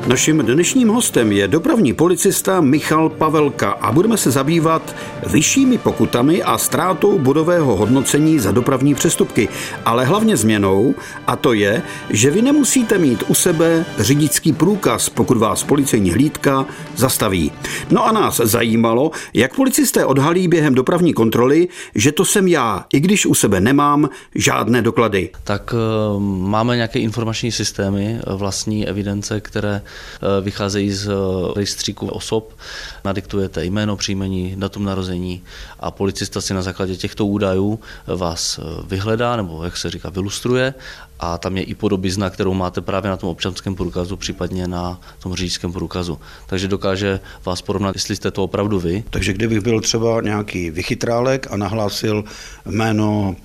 Naším dnešním hostem je dopravní policista Michal Pavelka a budeme se zabývat vyššími pokutami a ztrátou bodového hodnocení za dopravní přestupky, ale hlavně změnou, a to je, že vy nemusíte mít u sebe řidičský průkaz, pokud vás policejní hlídka zastaví. No a nás zajímalo, jak policisté odhalí během dopravní kontroly, že to jsem já, i když u sebe nemám žádné doklady. Tak máme nějaké informační systémy, vlastní evidence, které vycházejí z rejstříku osob. Nadiktujete jméno, příjmení, datum narození a policista si na základě těchto údajů vás vyhledá, nebo jak se říká, vylustruje, a tam je i podobizna, kterou máte právě na tom občanském průkazu, případně na tom řidičském průkazu. Takže dokáže vás porovnat, jestli jste to opravdu vy. Takže kdybych byl třeba nějaký vychytrálek a nahlásil jméno,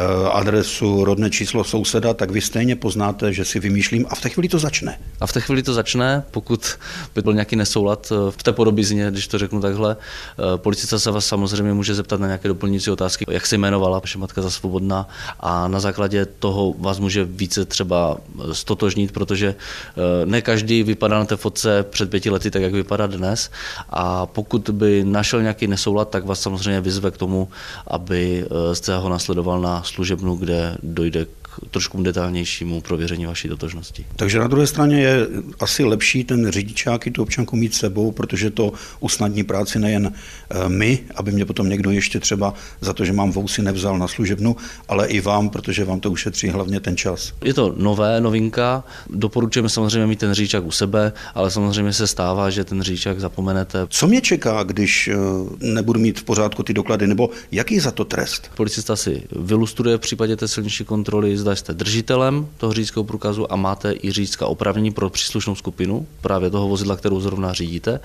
adresu, rodné číslo souseda, tak vy stejně poznáte, že si vymýšlím, a v té chvíli to začne. A v té chvíli to začne, pokud by byl nějaký nesoulad v té podobizně, když to řeknu takhle. Policista se vás samozřejmě může zeptat na nějaké doplňující otázky, jak se jmenovala vaše matka za Svobodná, a na základě toho vás může více třeba stotožnit, protože ne každý vypadá na té fotce před 5 lety tak, jak vypadá dnes, a pokud by našel nějaký nesoulad, tak vás samozřejmě vyzve k tomu, aby jste ho nasledoval na služebnu, kde dojde k trošku detailnějšímu prověření vaší totožnosti. Takže na druhé straně je asi lepší ten řidičák i tu občanku mít s sebou, protože to usnadní práci nejen my, aby mě potom někdo ještě třeba za to, že mám vousy, nevzal na služebnu, ale i vám, protože vám to ušetří hlavně ten čas. Je to novinka, doporučujeme samozřejmě mít ten řidičák u sebe, ale samozřejmě se stává, že ten řidičák zapomenete. Co mě čeká, když nebudu mít v pořádku ty doklady, nebo jaký je za to trest? Policista si vylustruje v případě té silniční kontroly, zda jste držitelem toho řidičského průkazu a máte i řidičská oprávnění pro příslušnou skupinu, právě toho vozidla, kterou zrovna řídíte.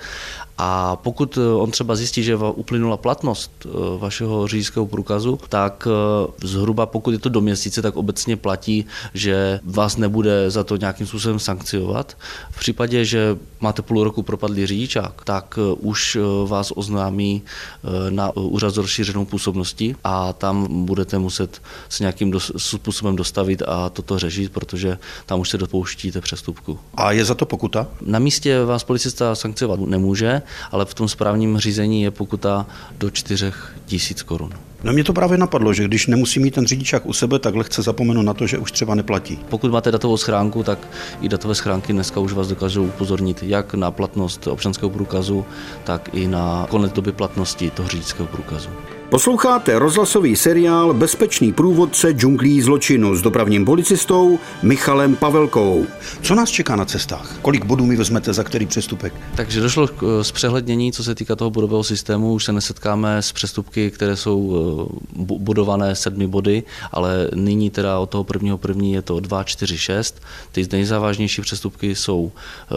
A pokud on třeba zjistí, že uplynula platnost vašeho řidičského průkazu, tak zhruba pokud je to do měsíce, tak obecně platí, že vás nebude za to nějakým způsobem sankciovat. V případě, že máte půl roku propadlý řidičák, tak už vás oznámí na úřad s rozšířenou působností a tam budete muset se nějakým způsobem dostavit a toto řešit, protože tam už se dopouštíte přestupku. A je za to pokuta? Na místě vás policista sankciovat nemůže, ale v tom správním řízení je pokuta do 4 000 korun. No mě to právě napadlo, že když nemusí mít ten řidičák u sebe, tak lehce zapomenu na to, že už třeba neplatí. Pokud máte datovou schránku, tak i datové schránky dneska už vás dokážou upozornit jak na platnost občanského průkazu, tak i na konec doby platnosti toho řidičského průkazu. Posloucháte rozhlasový seriál Bezpečný průvodce džunglí zločinu s dopravním policistou Michalem Pavelkou. Co nás čeká na cestách? Kolik bodů mi vezmete za který přestupek? Takže došlo k zpřehlednění, co se týká toho bodového systému. Už se nesetkáme s přestupky, které jsou bodované 7 body, ale nyní teda od toho 1.1. je to 2, 4, 6. Ty nejzávažnější přestupky jsou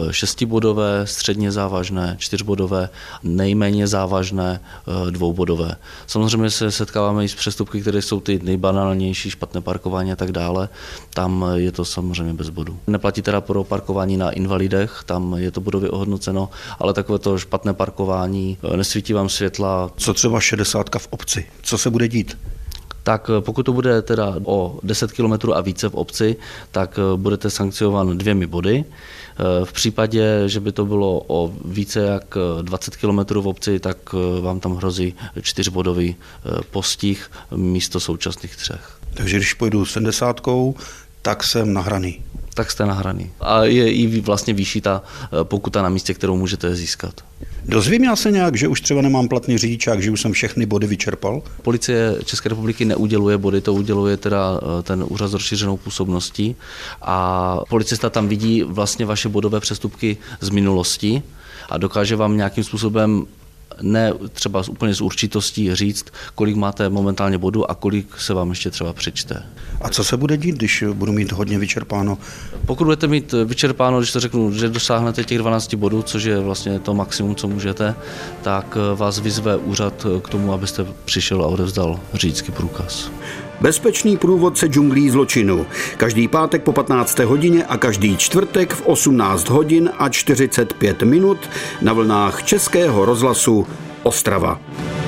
6bodové, středně závažné, 4bodové, nejméně závažné 2bodové. Samozřejmě se setkáváme i s přestupky, které jsou ty nejbanálnější, špatné parkování a tak dále. Tam je to samozřejmě bez bodů. Neplatí teda pro parkování na invalidech, tam je to bodově ohodnoceno, ale takové to špatné parkování, nesvítí vám světla. Co třeba 60 v obci? Co se bude dít? Tak pokud to bude teda o 10 km a více v obci, tak budete sankcionován 2 body. V případě, že by to bylo o více jak 20 km v obci, tak vám tam hrozí 4bodový postih místo současných 3. Takže když pojedu 70, tak jsem nahraný. Tak jste nahraný. A je i vlastně vyšší ta pokuta na místě, kterou můžete získat. Dozvím já se nějak, že už třeba nemám platný řidičák, že už jsem všechny body vyčerpal? Policie České republiky neuděluje body, to uděluje teda ten úřad s rozšířenou působností a policista tam vidí vlastně vaše bodové přestupky z minulosti a dokáže vám nějakým způsobem ne třeba úplně s určitostí říct, kolik máte momentálně bodů a kolik se vám ještě třeba přečte. A co se bude dít, když budu mít hodně vyčerpáno? Pokud budete mít vyčerpáno, když to řeknu, že dosáhnete těch 12 bodů, což je vlastně to maximum, co můžete, tak vás vyzve úřad k tomu, abyste přišel a odevzdal řidičský průkaz. Bezpečný průvodce džunglí zločinu. Každý pátek po 15. hodině a každý čtvrtek v 18 hodin a 45 minut na vlnách Českého rozhlasu Ostrava.